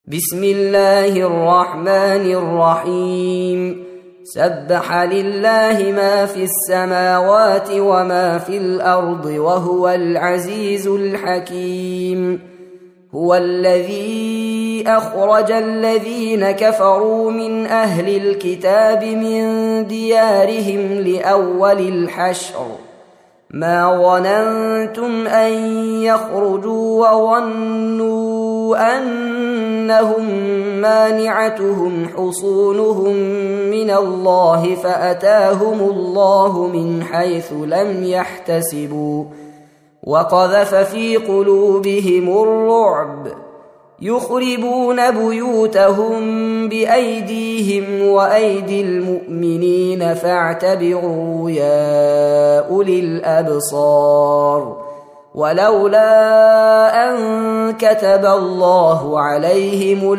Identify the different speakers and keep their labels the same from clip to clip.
Speaker 1: بسم الله الرحمن الرحيم. سبح لله ما في السماوات وما في الأرض وهو العزيز الحكيم. هو الذي أخرج الذين كفروا من أهل الكتاب من ديارهم لأول الحشر ما ظننتم أن يخرجوا وظنوا أنهم مانعتهم حصونهم من الله فأتاهم الله من حيث لم يحتسبوا وقذف في قلوبهم الرعب يخربون بيوتهم بأيديهم وأيدي المؤمنين فاعتبروا يا أولي الأبصار. ولولا أن كتب الله عليهم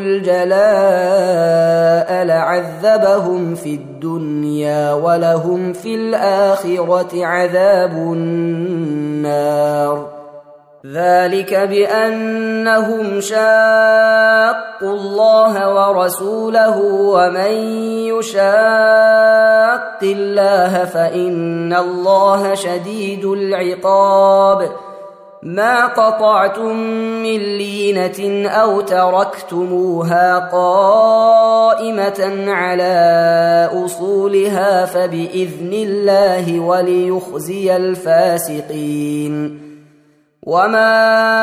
Speaker 1: الجلاء لعذبهم في الدنيا ولهم في الآخرة عذاب النار. ذلك بأنهم شاقوا الله ورسوله ومن يشاق الله فإن الله شديد العقاب. ما قطعتم من لينة أو تركتموها قائمة على أصولها فبإذن الله وليخزي الفاسقين. وما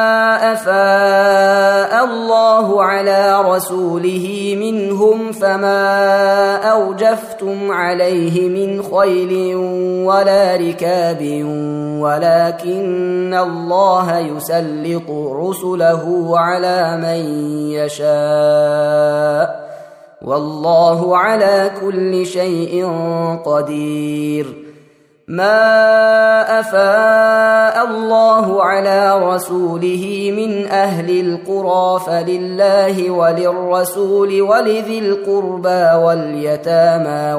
Speaker 1: أفاء الله على رسوله منهم فما أوجفتم عليه من خيل ولا ركاب ولكن الله يسلط رسله على من يشاء والله على كل شيء قدير. ما أفاء الله على رسوله من أهل القرى فلله وللرسول ولذي القربى واليتامى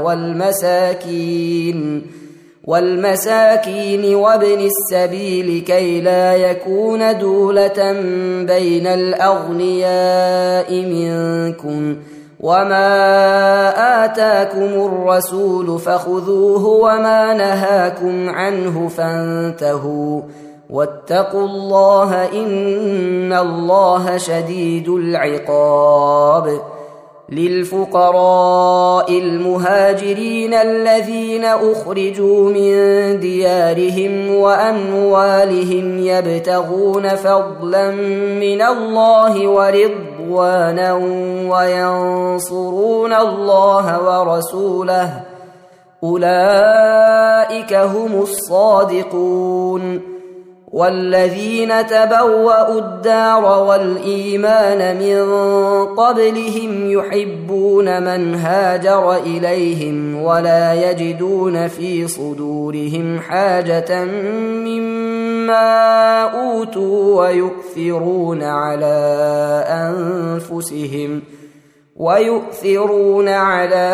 Speaker 1: والمساكين وابن السبيل كي لا يكون دولة بين الأغنياء منكم. وما آتاكم الرسول فخذوه وما نهاكم عنه فانتهوا واتقوا الله إن الله شديد العقاب. للفقراء المهاجرين الذين أخرجوا من ديارهم وأموالهم يبتغون فضلا من الله ورضوانا وينصرون الله ورسوله أولئك هم الصادقون. والذين تبوأوا الدار والإيمان من قبلهم يحبون من هاجر إليهم ولا يجدون في صدورهم حاجة مما أوتوا ويؤثرون على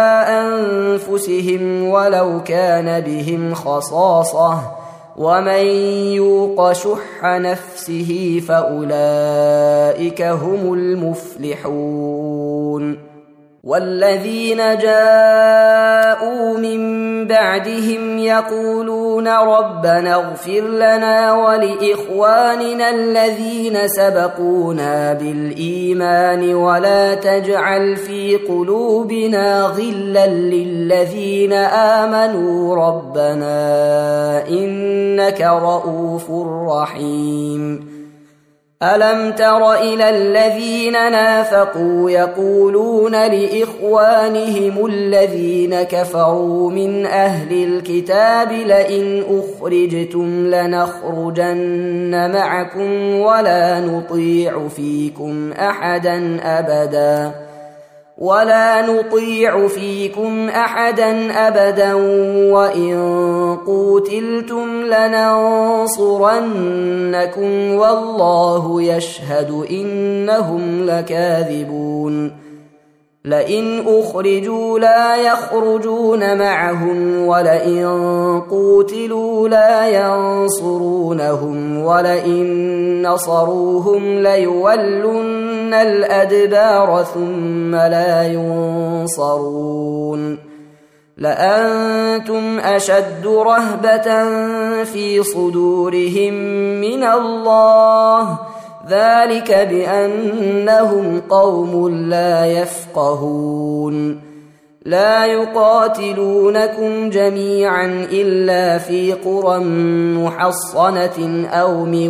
Speaker 1: أنفسهم ولو كان بهم خصاصة ومن يوق شح نفسه فأولئك هم المفلحون. والذين جاءوا من بعدهم يقولون ربنا اغفر لنا ولإخواننا الذين سبقونا بالإيمان ولا تجعل في قلوبنا غلا للذين آمنوا ربنا إنك رؤوف رحيم. ألم تر إلى الذين نافقوا يقولون لإخوانهم الذين كفروا من أهل الكتاب لئن أخرجتم لنخرجن معكم ولا نطيع فيكم أحدا أبدا وإن قوتلتم لننصرنكم والله يشهد إنهم لكاذبون. لئن أخرجوا لا يخرجون معهم ولئن قوتلوا لا ينصرونهم ولئن نصروهم ليولن الأدبار ثم لا ينصرون لأنتم أشد رهبة في صدورهم من الله ذلك بأنهم قوم لا يفقهون لا يقاتلونكم جميعا إلا في قرى محصنة أو من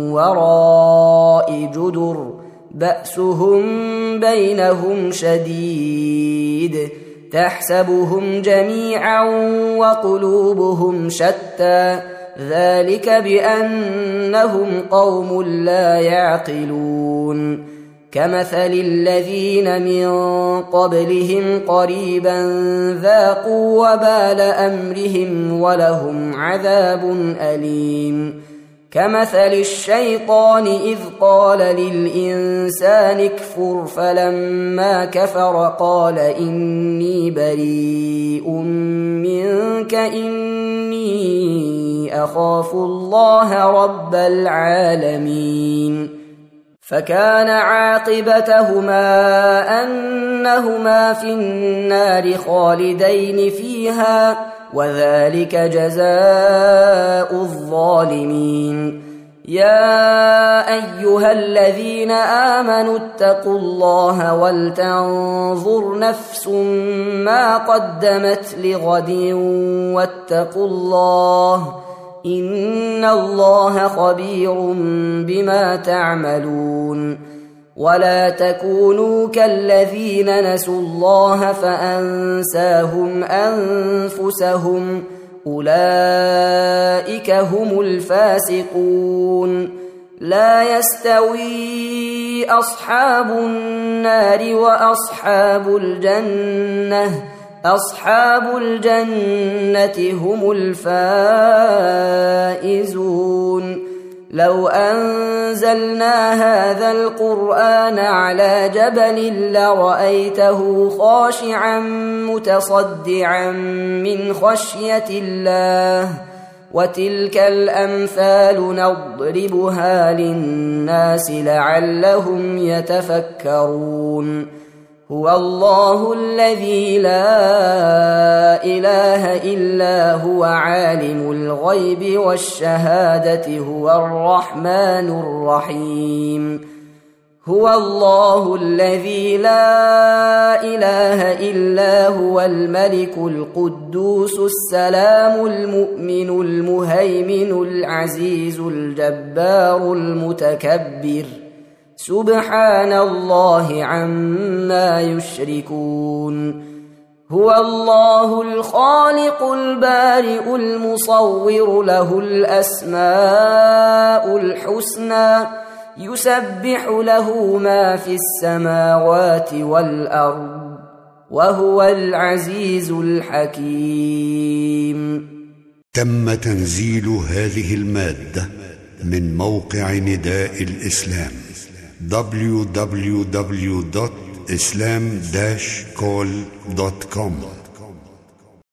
Speaker 1: وراء جدر بأسهم بينهم شديد تحسبهم جميعا وقلوبهم شتى ذلك بأنهم قوم لا يعقلون كمثل الذين من قبلهم قريبا ذاقوا وبال أمرهم ولهم عذاب أليم كمثل الشيطان إذ قال للإنسان اكفر فلما كفر قال إني بريء منك إني أخاف الله رب العالمين فكان عاقبتهما أنهما في النار خالدين فيها وذلك جزاء الظالمين يا أيها الذين آمنوا اتقوا الله ولتنظر نفس ما قدمت لغد واتقوا الله إن الله خبير بما تعملون ولا تكونوا كالذين نسوا الله فأنساهم أنفسهم أولئك هم الفاسقون لا يستوي أصحاب النار وأصحاب الجنة أصحاب الجنة هم الفائزون لو أنزلنا هذا القرآن على جبل لرأيته خاشعا متصدعا من خشية الله وتلك الأمثال نضربها للناس لعلهم يتفكرون هو الله الذي لا إله إلا هو عالم الغيب والشهادة هو الرحمن الرحيم هو الله الذي لا إله إلا هو الملك القدوس السلام المؤمن المهيمن العزيز الجبار المتكبر سبحان الله عما يشركون هو الله الخالق البارئ المصور له الأسماء الحسنى يسبح له ما في السماوات والأرض وهو العزيز الحكيم.
Speaker 2: تم تنزيل هذه المادة من موقع نداء الإسلام www.islam-call.com